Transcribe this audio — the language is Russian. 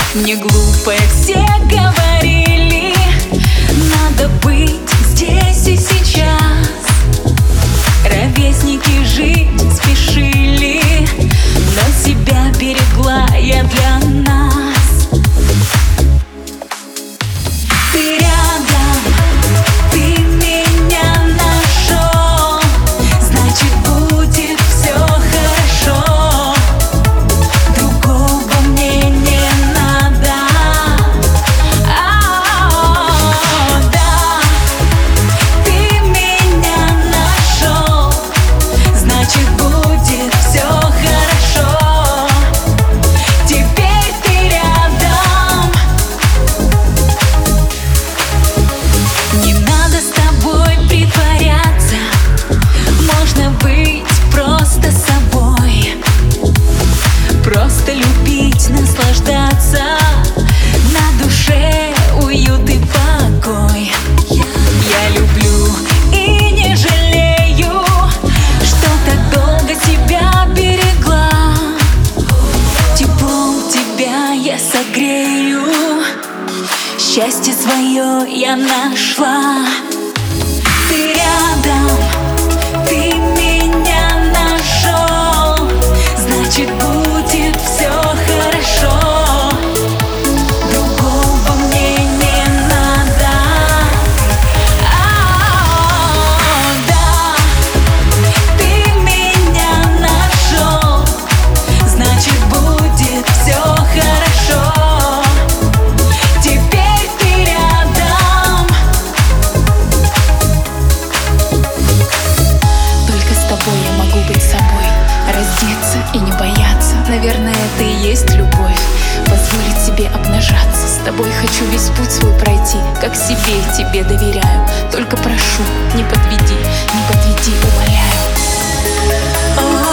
Мне глупо все говорили, надо быть здесь и сейчас. Ровесники жить спешили, но себя берегла я для нас. Ты рядом, ты меня нашел, значит будет все хорошо. Другого мне не надо. Да, ты меня нашел, значит будет все хорошо. Теперь ты рядом. Не надо с тобой притворяться, можно быть просто собой. Просто любить, наслаждаться, на душе уют и покой. Я люблю и не жалею, что так долго тебя берегла. Теплом тебя я согрею, счастье свое я нашла. Ты рядом, ты меня нашел, значит будет все хорошо. Другого мне не надо. Да, ты меня нашел, значит будет все хорошо. Теперь ты рядом. Только с тобой я могу быть собой, раздеться и не бояться. Наверное, это и есть любовь, позволить себе обнажаться. С тобой хочу весь путь свой пройти, как себе тебе доверяю. Только прошу, не подведи, умоляю.